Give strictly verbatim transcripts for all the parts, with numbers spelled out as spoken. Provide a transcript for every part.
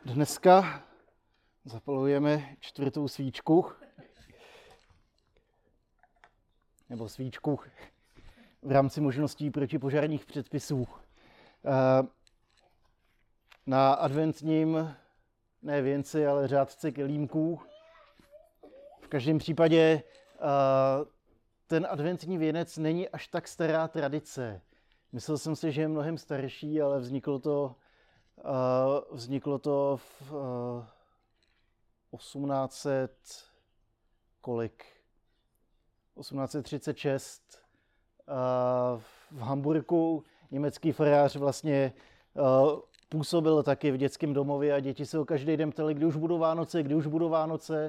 Dneska zapalujeme čtvrtou svíčku, nebo svíčku v rámci možností protipožárních předpisů. Na adventním, ne věnci, ale řádce kelímků. V každém případě ten adventní věnec není až tak stará tradice. Myslel jsem si, že je mnohem starší, ale vzniklo to, vzniklo to v osmnáct set kolik? osmnáct set třicet šest v Hamburku. Německý farář vlastně působil taky v dětském domově a děti se ho každý den ptali, kdy už budou Vánoce, kdy už budou Vánoce.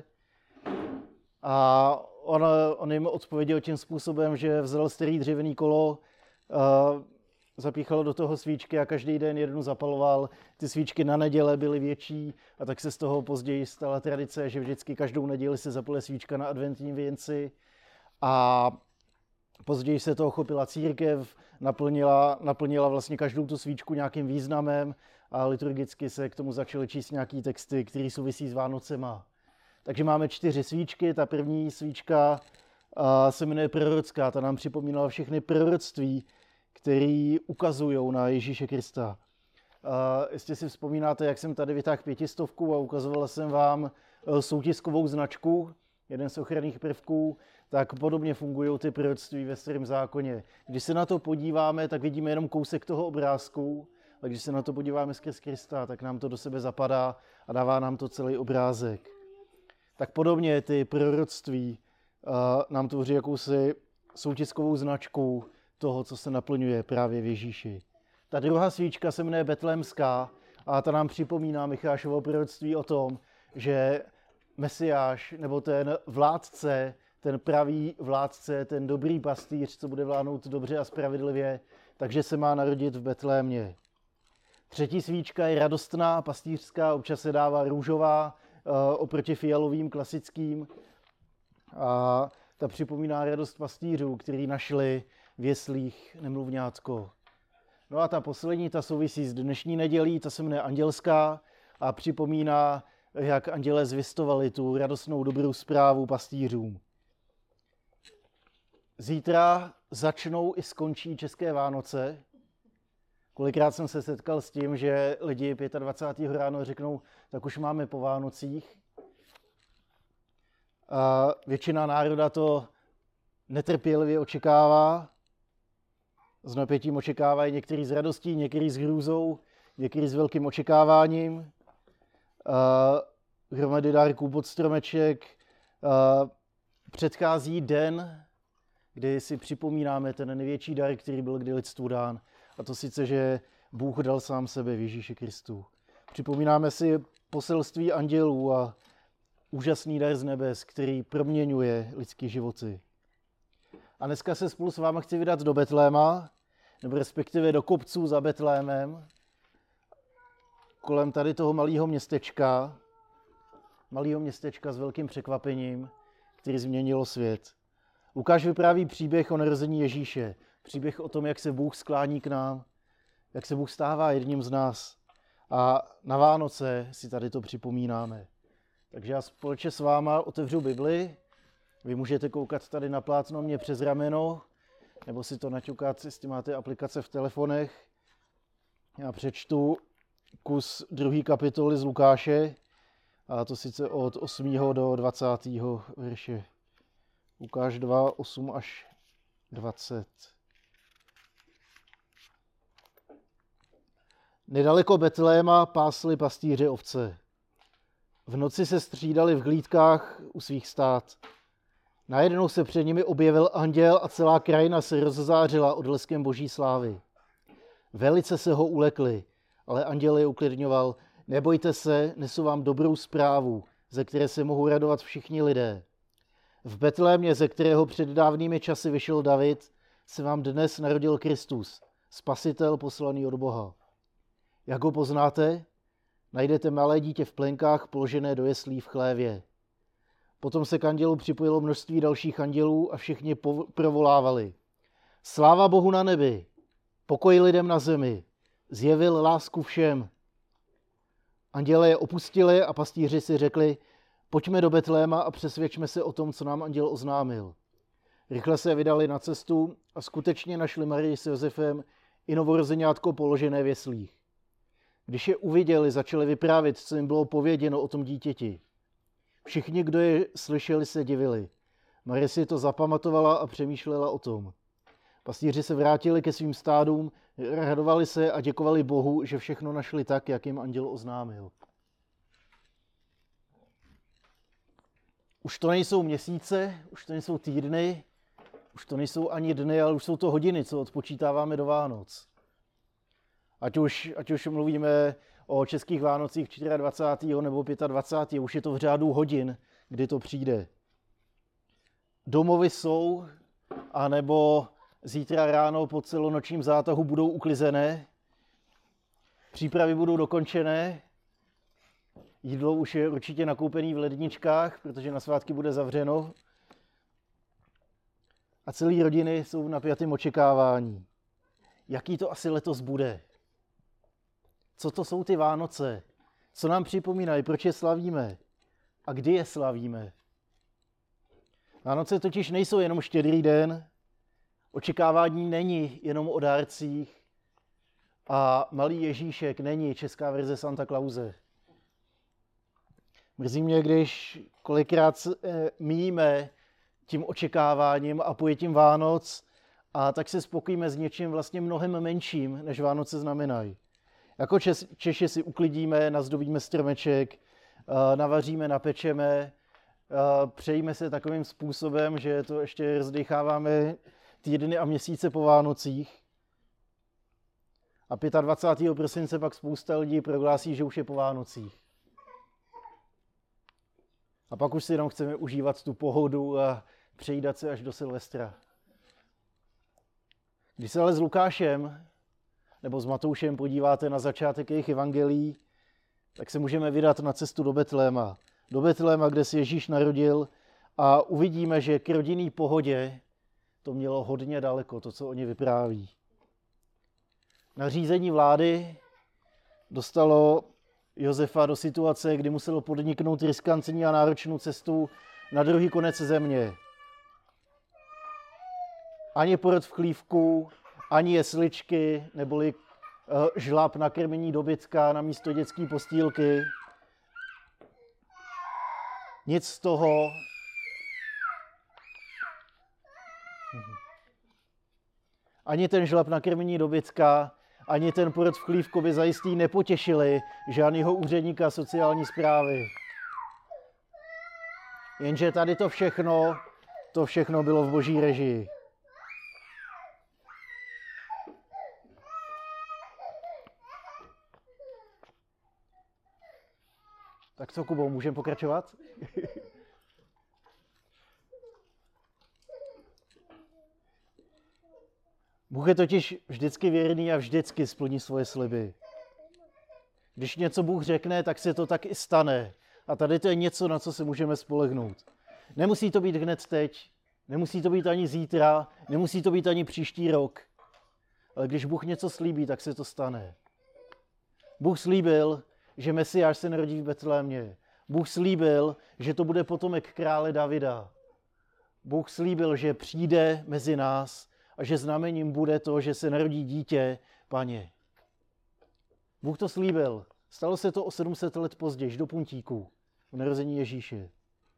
A on, on jim odpověděl tím způsobem, že vzal starý dřevěný kolo, zapíchal do toho svíčky a každý den jednu zapaloval. Ty svíčky na neděle byly větší a tak se z toho později stala tradice, že vždycky každou neděli se zapale svíčka na adventním věnci. A později se toho chopila církev, naplnila, naplnila vlastně každou tu svíčku nějakým významem a liturgicky se k tomu začaly číst nějaký texty, které souvisí s Vánocema. Takže máme čtyři svíčky. Ta první svíčka se jmenuje prorocká, ta nám připomínala všechny proroctví, které ukazují na Ježíše Krista. Jestli si vzpomínáte, jak jsem tady vytáhl pětistovku a ukazoval jsem vám soutiskovou značku, jeden z ochranných prvků, tak podobně fungují ty proroctví ve Starém zákoně. Když se na to podíváme, tak vidíme jenom kousek toho obrázku, ale když se na to podíváme skrz Krista, tak nám to do sebe zapadá a dává nám to celý obrázek. Tak podobně ty proroctví uh, nám tvoří jakousi soutiskovou značku toho, co se naplňuje právě v Ježíši. Ta druhá svíčka se jmenuje Betlémská a ta nám připomíná Michášovo proroctví o tom, že Mesiáš, nebo ten vládce, ten pravý vládce, ten dobrý pastýř, co bude vládnout dobře a spravedlivě, takže se má narodit v Betlémě. Třetí svíčka je radostná, pastýřská, občas se dává růžová, oproti fialovým klasickým. A ta připomíná radost pastýřů, kteří našli v jeslích nemluvňátko. No a ta poslední, ta souvisí s dnešní nedělí, ta se jmenuje Andělská a připomíná, jak andělé zvěstovali tu radostnou dobrou zprávu pastýřům. Zítra začnou i skončí české Vánoce. Kolikrát jsem se setkal s tím, že lidi dvacátého pátého ráno řeknou, tak už máme po Vánocích. A většina národa to netrpělivě očekává. S napětím očekávají některý s radostí, některý s hrůzou, některý s velkým očekáváním. A hromady dárků pod stromeček. A předchází den, kdy si připomínáme ten největší dar, který byl kdy lidstvu dán. A to sice, že Bůh dal sám sebe v Ježíši Kristu. Připomínáme si poselství andělů a úžasný dar z nebes, který proměňuje lidské životy. A dneska se spolu s váma chci vydat do Betléma, nebo respektive do kopců za Betlémem, kolem tady toho malého městečka, malého městečka s velkým překvapením, který změnilo svět. Lukáš vypráví příběh o narození Ježíše, příběh o tom, jak se Bůh sklání k nám, jak se Bůh stává jedním z nás. A na Vánoce si tady to připomínáme. Takže já společně s váma otevřu Bibli. Vy můžete koukat tady na plátno mě přes rameno, nebo si to naťukat, jestli máte aplikace v telefonech. Já přečtu kus druhé kapitoly z Lukáše, a to sice od osmého do dvacátého verše. Lukáš dva, osm až dvacet. Nedaleko Betléma pásli pastýře ovce. V noci se střídali v hlídkách u svých stád. Najednou se před nimi objevil anděl a celá krajina se rozzářila odbleskem boží slávy. Velice se ho ulekli, ale anděl je uklidňoval. Nebojte se, nesu vám dobrou zprávu, ze které se mohou radovat všichni lidé. V Betlémě, ze kterého před dávnými časy vyšel David, se vám dnes narodil Kristus, spasitel poslaný od Boha. Jak ho poznáte? Najdete malé dítě v plenkách položené do jeslí v chlévě. Potom se k andělu připojilo množství dalších andělů a všichni provolávali. Sláva Bohu na nebi, pokoj lidem na zemi, zjevil lásku všem. Anděle je opustili a pastýři si řekli, pojďme do Betléma a přesvědčme se o tom, co nám anděl oznámil. Rychle se vydali na cestu a skutečně našli Marii s Josefem i novorozeňátko položené v jeslích. Když je uviděli, začali vyprávět, co jim bylo pověděno o tom dítěti. Všichni, kdo je slyšeli, se divili. Marie si to zapamatovala a přemýšlela o tom. Pastýři se vrátili ke svým stádům, radovali se a děkovali Bohu, že všechno našli tak, jak jim anděl oznámil. Už to nejsou měsíce, už to nejsou týdny, už to nejsou ani dny, ale už jsou to hodiny, co odpočítáváme do Vánoc. Ať už, ať už mluvíme o českých Vánocích dvacátého čtvrtého nebo dvacátého pátého už je to v řádu hodin, kdy to přijde. Domovy jsou, anebo zítra ráno po celonočním zátahu budou uklizené, přípravy budou dokončené, jídlo už je určitě nakoupené v ledničkách, protože na svátky bude zavřeno. A celé rodiny jsou v napjatém očekávání. Jaký to asi letos bude? Co to jsou ty Vánoce? Co nám připomínají? Proč je slavíme? A kdy je slavíme? Vánoce totiž nejsou jenom Štědrý den, očekávání není jenom o dárcích a malý Ježíšek není česká verze Santa Clause. Mrzí mě, když kolikrát míjíme tím očekáváním a pojetím Vánoc a tak se spokojíme s něčím vlastně mnohem menším, než Vánoce znamenají. Jako Čes, Češi si uklidíme, nazdobíme stromeček, navaříme, napečeme, přejíme se takovým způsobem, že to ještě rozdecháváme týdny a měsíce po Vánocích. A dvacátého pátého prosince pak spousta lidí prohlásí, že už je po Vánocích. A pak už si jenom chceme užívat tu pohodu a přejídat se až do Silvestra. Když se ale s Lukášem nebo s Matoušem podíváte na začátek jejich evangelií, tak se můžeme vydat na cestu do Betléma. Do Betléma, kde se Ježíš narodil a uvidíme, že k rodinný pohodě to mělo hodně daleko, to, co oni vypráví. Nařízení vlády dostalo Josefa do situace, kdy musel podniknout riskantní a náročnou cestu na druhý konec země. Ani porod v chlívku, ani jesličky, neboli uh, žlab na krmení dobytka na místo dětské postýlky. Nic z toho. Ani ten žlab na krmení dobytka, ani ten porod v chlívku by zajistý nepotěšili žádného úředníka sociální správy. Jenže tady to všechno, to všechno bylo v boží režii. Tak co, Kubo, můžeme pokračovat? Bůh je totiž vždycky věrný a vždycky splní svoje sliby. Když něco Bůh řekne, tak se to tak i stane. A tady to je něco, na co se můžeme spolehnout. Nemusí to být hned teď, nemusí to být ani zítra, nemusí to být ani příští rok. Ale když Bůh něco slíbí, tak se to stane. Bůh slíbil, že Mesiáš se narodí v Betlémě. Bůh slíbil, že to bude potomek krále Davida. Bůh slíbil, že přijde mezi nás a že znamením bude to, že se narodí dítě, Paně. Bůh to slíbil. Stalo se to o sedm set let později, do puntíku, v narození Ježíše.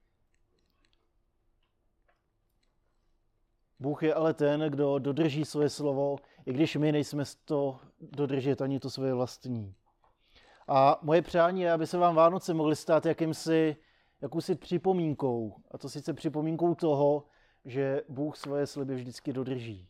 Bůh je ale ten, kdo dodrží svoje slovo, i když my nejsme to dodržet ani to svoje vlastní. A moje přání je, aby se vám Vánoce mohly stát jakýmsi, jakousi připomínkou. A to sice připomínkou toho, že Bůh svoje sliby vždycky dodrží.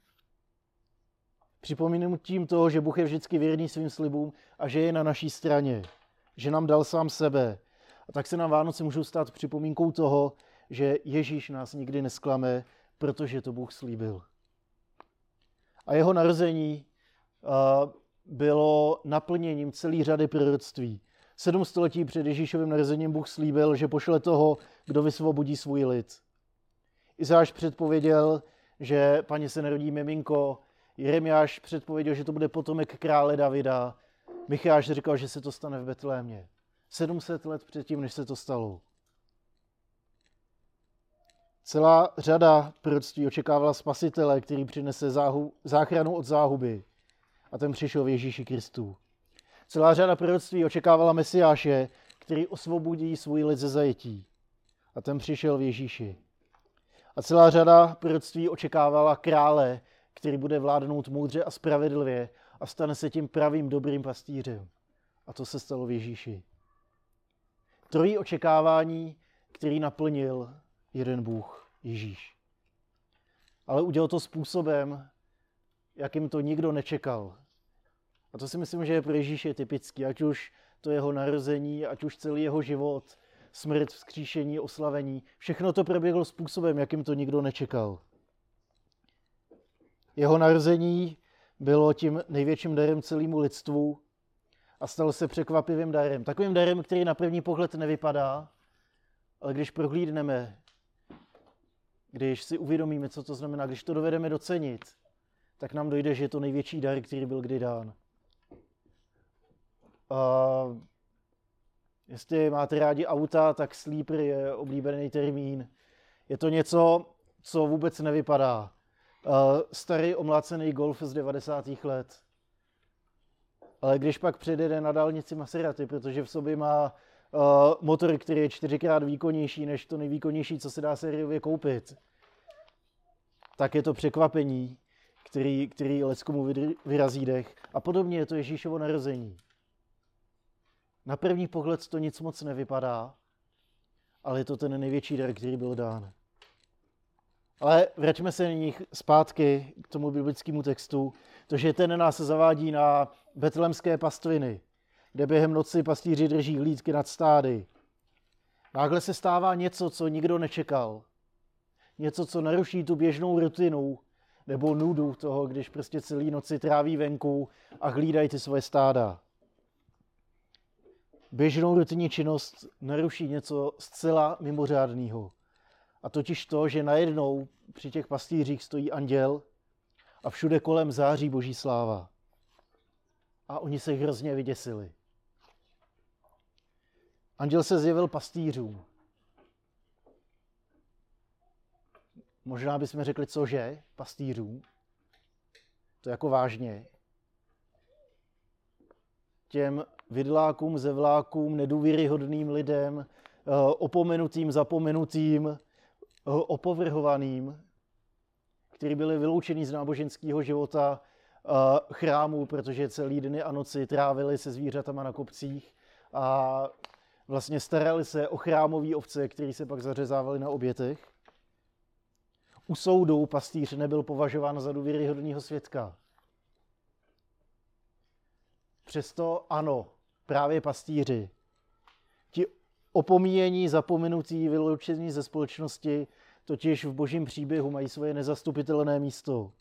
Připomínám tím toho, že Bůh je vždycky věrný svým slibům a že je na naší straně. Že nám dal sám sebe. A tak se nám Vánoce můžou stát připomínkou toho, že Ježíš nás nikdy nesklame, protože to Bůh slíbil. A jeho narození uh, bylo naplněním celé řady proroctví. Sedm století před Ježíšovým narozením Bůh slíbil, že pošle toho, kdo vysvobodí svůj lid. Izáš předpověděl, že Paně se narodí miminko, Jeremiáš předpověděl, že to bude potomek krále Davida, Micháš říkal, že se to stane v Betlémě. sedm set let předtím, než se to stalo. Celá řada proroctví očekávala spasitele, který přinese záhu, záchranu od záhuby. A ten přišel v Ježíši Kristu. Celá řada proroctví očekávala Mesiáše, který osvobodí svůj lid ze zajetí. A ten přišel v Ježíši. A celá řada proroctví očekávala krále, který bude vládnout moudře a spravedlivě a stane se tím pravým dobrým pastýřem. A to se stalo v Ježíši. Trojí očekávání, který naplnil jeden Bůh, Ježíš. Ale udělal to způsobem, jakým to nikdo nečekal. A to si myslím, že je pro Ježíše typický, ať už to jeho narození, ať už celý jeho život, smrt, vzkříšení, oslavení. Všechno to proběhlo způsobem, jakým to nikdo nečekal. Jeho narození bylo tím největším darem celému lidstvu a stalo se překvapivým darem. Takovým darem, který na první pohled nevypadá, ale když prohlídneme, když si uvědomíme, co to znamená, když to dovedeme docenit, tak nám dojde, že je to největší dar, který byl kdy dán. Uh, jestli máte rádi auta, tak sleeper je oblíbený termín. Je to něco, co vůbec nevypadá. Uh, starý omlácený Golf z devadesátých let. Ale když pak předjede na dálnici Maserati, protože v sobě má uh, motor, který je čtyřikrát výkonnější než to nejvýkonnější, co se dá sériově koupit, tak je to překvapení, který, který leckomu vyrazí dech. A podobně je to Ježíšovo narození. Na první pohled to nic moc nevypadá, ale je to ten největší dar, který byl dán. Ale vraťme se nyní zpátky k tomu biblickému textu, to, že ten nás zavádí na betlémské pastviny, kde během noci pastýři drží hlídky nad stády. Náhle se stává něco, co nikdo nečekal. Něco, co naruší tu běžnou rutinu nebo nudu toho, když prostě celý noci tráví venku a hlídají ty svoje stáda. Běžnou rutinní činnost naruší něco zcela mimořádného. A totiž to, že najednou při těch pastýřích stojí anděl a všude kolem září boží sláva. A oni se hrozně vyděsili. Anděl se zjevil pastýřům. Možná bychom řekli, cože, pastýřům. To jako vážně. Těm vidlákům, zevlákům, nedůvěryhodným lidem, opomenutým, zapomenutým, opovrhovaným, kteří byli vyloučeni z náboženského života chrámu, protože celý dny a noci trávili se zvířatama na kopcích a vlastně starali se o chrámové ovce, které se pak zařezávaly na obětech. U soudu pastýř nebyl považován za důvěryhodného svědka. Přesto ano, právě pastýři. Ti opomíjení, zapomenutí, vyloučení ze společnosti, totiž v božím příběhu mají svoje nezastupitelné místo.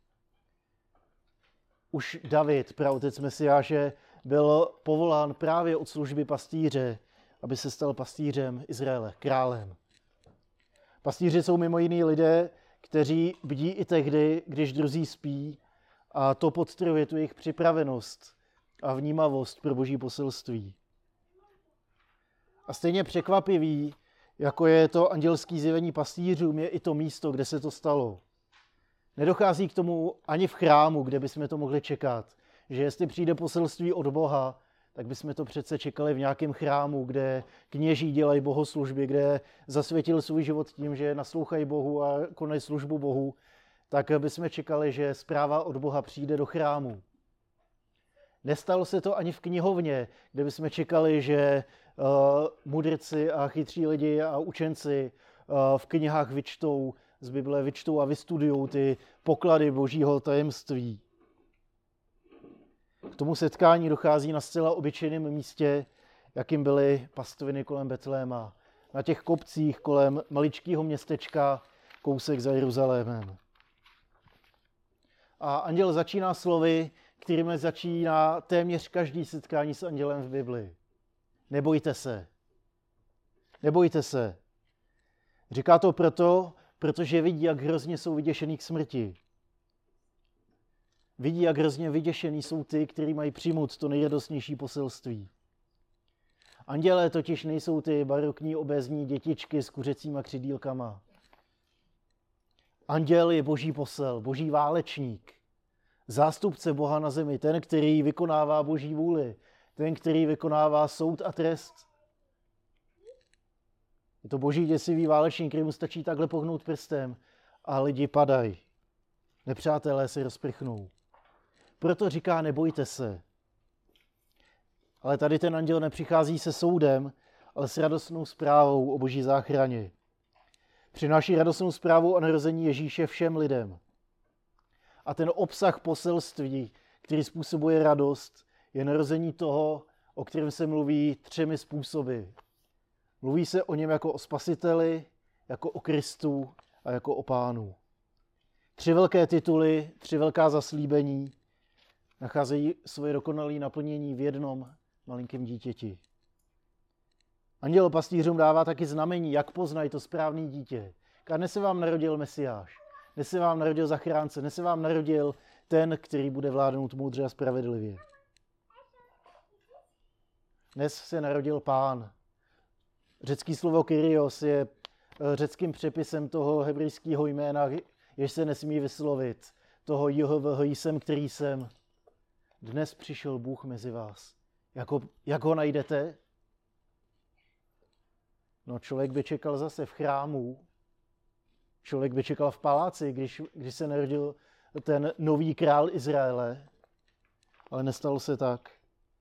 Už David, praotec Mesiáše, byl povolán právě od služby pastýře, aby se stal pastýřem Izraele, králem. Pastýři jsou mimo jiný lidé, kteří bdí i tehdy, když druzí spí, a to podtrhuje tu jejich připravenost a vnímavost pro boží poselství. A stejně překvapivý, jako je to andělský zjevení pastýřům, je i to místo, kde se to stalo. Nedochází k tomu ani v chrámu, kde bychom to mohli čekat. Že jestli přijde poselství od Boha, tak bychom to přece čekali v nějakém chrámu, kde kněží dělají bohoslužby, kde zasvětil svůj život tím, že naslouchají Bohu a konají službu Bohu, tak bychom čekali, že zpráva od Boha přijde do chrámu. Nestalo se to ani v knihovně, kde bychom čekali, že uh, mudrci a chytří lidi a učenci uh, v knihách vyčtou, z Bible vyčtou a vystudujou ty poklady božího tajemství. K tomu setkání dochází na zcela obyčejném místě, jakým byly pastviny kolem Betléma. Na těch kopcích kolem maličkého městečka, kousek za Jeruzalémem. A anděl začíná slovy, kterými začíná téměř každý setkání s andělem v Bibli. Nebojte se. Nebojte se. Říká to proto, protože vidí, jak hrozně jsou vyděšený k smrti. Vidí, jak hrozně vyděšený jsou ty, kteří mají přijmout to nejradostnější poselství. Andělé totiž nejsou ty barokní obézní dětičky s kuřecíma křidýlkama. Anděl je boží posel, boží válečník, zástupce Boha na zemi, ten, který vykonává boží vůli, ten, který vykonává soud a trest. Je to boží děsivý válečník, který mu stačí takhle pohnout prstem a lidi padají. Nepřátelé se rozprchnou. Proto říká, nebojte se. Ale tady ten anděl nepřichází se soudem, ale s radostnou zprávou o boží záchraně. Přináší radostnou zprávu o narození Ježíše všem lidem. A ten obsah poselství, který způsobuje radost, je narození toho, o kterém se mluví třemi způsoby. Mluví se o něm jako o spasiteli, jako o Kristu a jako o Pánu. Tři velké tituly, tři velká zaslíbení nacházejí svoje dokonalé naplnění v jednom malinkém dítěti. Anděl pastýřům dává taky znamení, jak poznají to správné dítě. Dnes se vám narodil Mesiáš, dnes se vám narodil zachránce, dnes se vám narodil ten, který bude vládnout moudře a spravedlivě. Dnes se narodil Pán. Řecký slovo Kyrios je řeckým přepisem toho hebrejského jména, jež se nesmí vyslovit, toho Jehového jsem, který jsem. Dnes přišel Bůh mezi vás. Jako, jak ho najdete? No, člověk by čekal zase v chrámu, člověk by čekal v paláci, když, když se narodil ten nový král Izraele, ale nestalo se tak.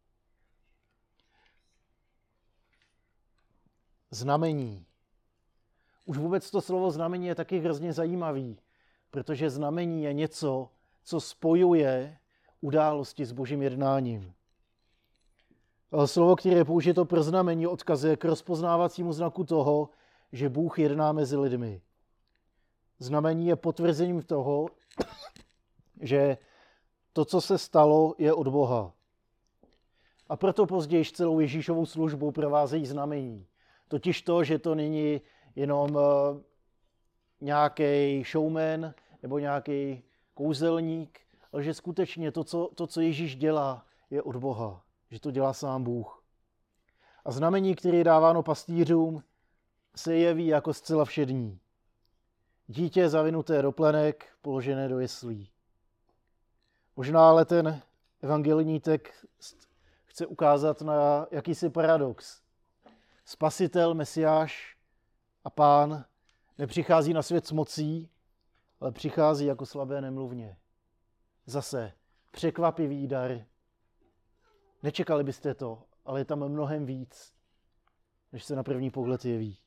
Znamení. Už vůbec to slovo znamení je taky hrozně zajímavý, protože znamení je něco, co spojuje události s božím jednáním. Slovo, které je použito pro znamení, odkazuje k rozpoznávacímu znaku toho, že Bůh jedná mezi lidmi. Znamení je potvrzením toho, že to, co se stalo, je od Boha. A proto později celou Ježíšovou službu provázejí znamení. Totiž to, že to není jenom uh, nějaký showman nebo nějaký kouzelník, ale že skutečně to co, to, co Ježíš dělá, je od Boha. Že to dělá sám Bůh. A znamení, které je dáváno pastýřům, se jeví jako zcela všední. Dítě zavinuté do plenek, položené do jeslí. Možná ale ten evangelní text chce ukázat na jakýsi paradox. Spasitel, Mesiáš a Pán nepřichází na svět s mocí, ale přichází jako slabé nemluvně. Zase překvapivý dar. Nečekali byste to, ale je tam mnohem víc, než se na první pohled jeví.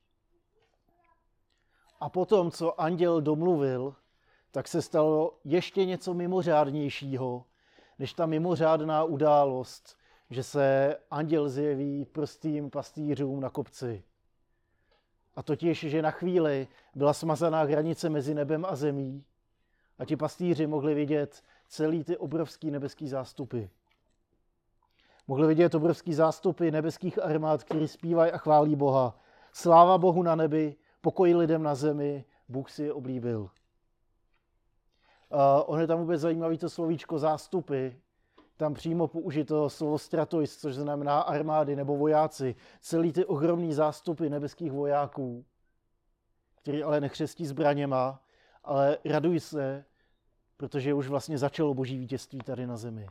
A potom, co anděl domluvil, tak se stalo ještě něco mimořádnějšího, než ta mimořádná událost, že se anděl zjeví prostým pastýřům na kopci. A totiž, že na chvíli byla smazaná hranice mezi nebem a zemí a ti pastýři mohli vidět celý ty obrovský nebeský zástupy. Mohli vidět obrovský zástupy nebeských armád, který zpívají a chválí Boha. Sláva Bohu na nebi, pokoj lidem na zemi, Bůh si je oblíbil. Uh, on je tam vůbec zajímavý to slovíčko zástupy, tam přímo použito slovo stratois, což znamená armády nebo vojáci. Celý ty ohromný zástupy nebeských vojáků, který ale nechřestí zbraněma, ale radují se, protože už vlastně začalo boží vítězství tady na zemi.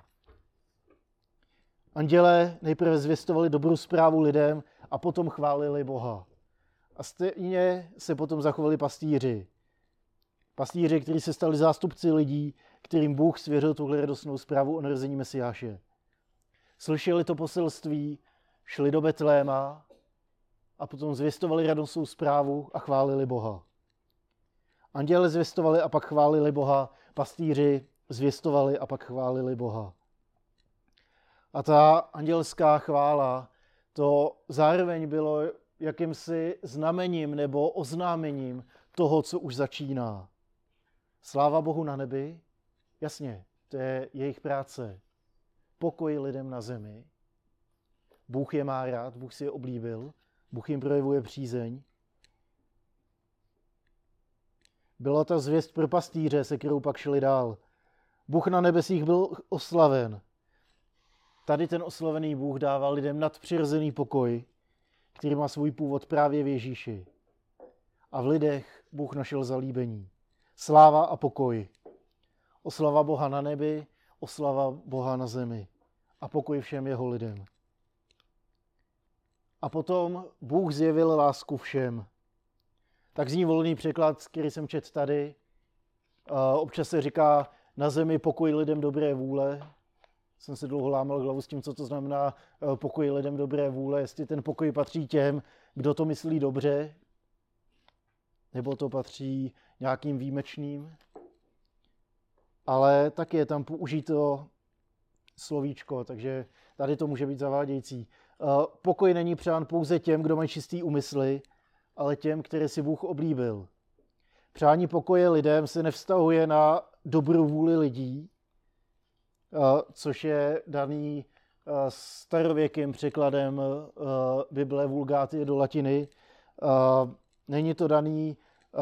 Andělé nejprve zvěstovali dobrou zprávu lidem a potom chválili Boha. A stejně se potom zachovali pastýři. Pastýři, kteří se stali zástupci lidí, kterým Bůh svěřil tuhle radostnou zprávu o narození Mesiáše. Slyšeli to poselství, šli do Betléma a potom zvěstovali radostnou zprávu a chválili Boha. Anděle zvěstovali a pak chválili Boha, pastýři zvěstovali a pak chválili Boha. A ta andělská chvála, to zároveň bylo jakýmsi znamením nebo oznámením toho, co už začíná. Sláva Bohu na nebi, jasně, to je jejich práce. Pokoj lidem na zemi. Bůh je má rád, Bůh si je oblíbil, Bůh jim projevuje přízeň. Byla ta zvěst pro pastýře, se kterou pak šli dál. Bůh na nebesích byl oslaven. Tady ten oslavený Bůh dával lidem nadpřirozený pokoj, který má svůj původ právě v Ježíši. A v lidech Bůh našel zalíbení. Sláva a pokoj. Oslava Boha na nebi, oslava Boha na zemi. A pokoj všem jeho lidem. A potom Bůh zjevil lásku všem. Tak zní volný překlad, který jsem četl tady. Občas se říká na zemi pokoj lidem dobré vůle. Jsem si dlouho lámal hlavu s tím, co to znamená pokoj lidem dobré vůle. Jestli ten pokoj patří těm, kdo to myslí dobře, nebo to patří nějakým výjimečným. Ale taky je tam použito slovíčko, takže tady to může být zavádějící. Pokoj není přán pouze těm, kdo mají čistý úmysly, ale těm, které si Bůh oblíbil. Přání pokoje lidem se nevztahuje na dobrou vůli lidí, což je daný starověkým překladem Bible Vulgate do latiny. Není to daný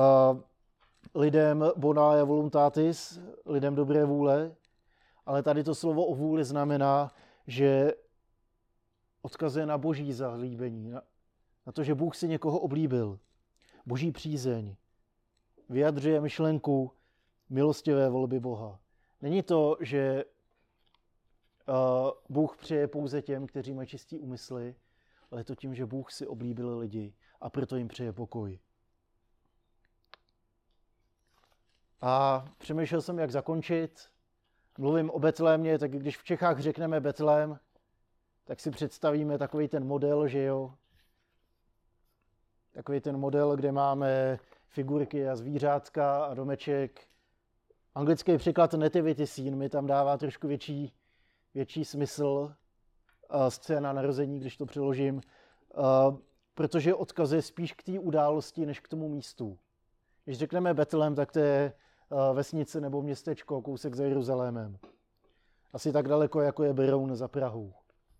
lidem bonae voluntatis, lidem dobré vůle, ale tady to slovo o vůli znamená, že odkazuje na boží zalíbení, na, na to, že Bůh si někoho oblíbil. Boží přízeň vyjadřuje myšlenku milostivé volby Boha. Není to, že uh, Bůh přeje pouze těm, kteří mají čistý úmysly, ale je to tím, že Bůh si oblíbil lidi a proto jim přeje pokoj. A přemýšlel jsem, jak zakončit. Mluvím o Betlémě, tak když v Čechách řekneme Betlém, tak si představíme takový ten model, že jo? Takový ten model, kde máme figurky a zvířátka a domeček. Anglický překlad nativity scene mi tam dává trošku větší, větší smysl. Scéna narození, když to přeložím, protože odkazuje spíš k té události, než k tomu místu. Když řekneme Betlém, tak to je vesnice nebo městečko, kousek za Jeruzalémem. Asi tak daleko, jako je Beroun za Prahou.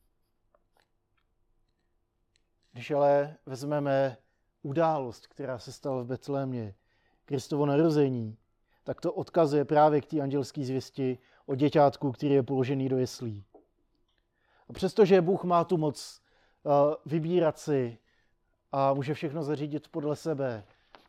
Když ale vezmeme událost, která se stala v Betlémě, Kristovo narození, tak to odkazuje právě k té andělské zvěsti o děťátku, který je položený do jeslí. A přestože Bůh má tu moc uh, vybírat si a může všechno zařídit podle sebe,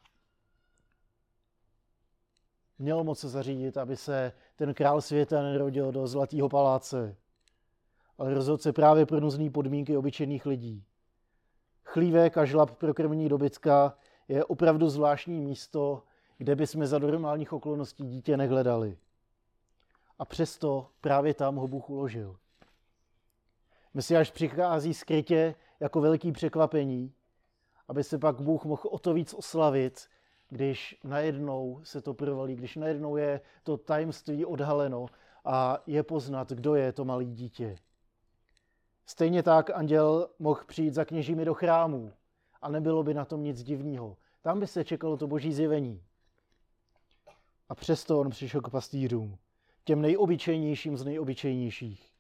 měl moc zařídit, aby se ten král světa nerodil do zlatého paláce, ale rozhodl se právě pro nuzné podmínky obyčejných lidí. Chlívek a žlab pro krmení dobytka je opravdu zvláštní místo, kde bychom za normálních okolností dítě nehledali. A přesto právě tam ho Bůh uložil. Mesiáš přichází skrytě jako velký překvapení, aby se pak Bůh mohl o to víc oslavit, když najednou se to provalí, když najednou je to tajemství odhaleno a je poznat, kdo je to malé dítě. Stejně tak anděl mohl přijít za kněžími do chrámů a nebylo by na tom nic divného. Tam by se čekalo to boží zjevení. A přesto on přišel k pastýřům, těm nejobyčejnějším z nejobyčejnějších.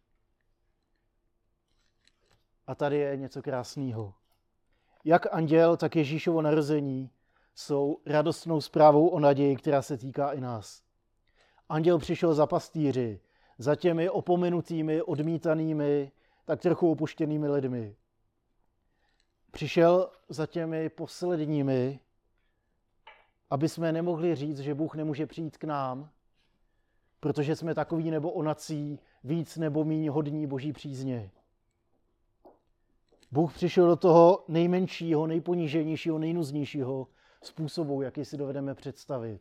A tady je něco krásného. Jak anděl, tak Ježíšovo narození jsou radostnou zprávou o naději, která se týká i nás. Anděl přišel za pastýři, za těmi opomenutými, odmítanými, tak trochu opuštěnými lidmi. Přišel za těmi posledními, aby jsme nemohli říct, že Bůh nemůže přijít k nám, protože jsme takový nebo onací, víc nebo míň hodní boží přízně. Bůh přišel do toho nejmenšího, nejponíženějšího, nejnuznějšího způsobu, jaký si dovedeme představit.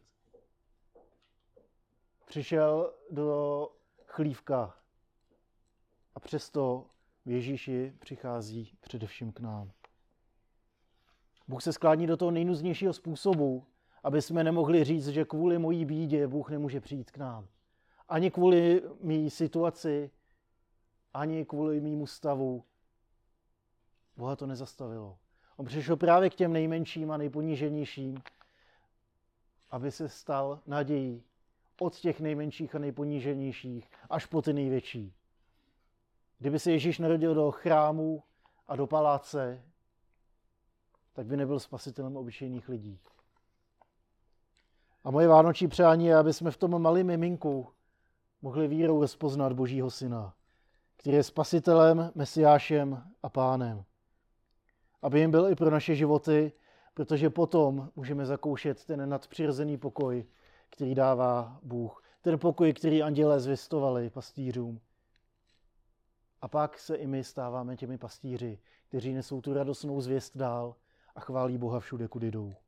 Přišel do chlívka a přesto v Ježíši přichází především k nám. Bůh se sklání do toho nejnuznějšího způsobu, aby jsme nemohli říct, že kvůli mojí bídě Bůh nemůže přijít k nám. Ani kvůli mý situaci, ani kvůli mýmu stavu. Boha to nezastavilo. On přišel právě k těm nejmenším a nejponíženějším, aby se stal nadějí od těch nejmenších a nejponíženějších až po ty největší. Kdyby se Ježíš narodil do chrámu a do paláce, tak by nebyl spasitelem obyčejných lidí. A moje vánoční přání je, aby jsme v tom malém miminku mohli vírou rozpoznat Božího syna, který je spasitelem, mesiášem a pánem. Aby jim byl i pro naše životy, protože potom můžeme zakoušet ten nadpřirozený pokoj, který dává Bůh. Ten pokoj, který andělé zvěstovali pastýřům. A pak se i my stáváme těmi pastýři, kteří nesou tu radostnou zvěst dál a chválí Boha všude, kudy jdou.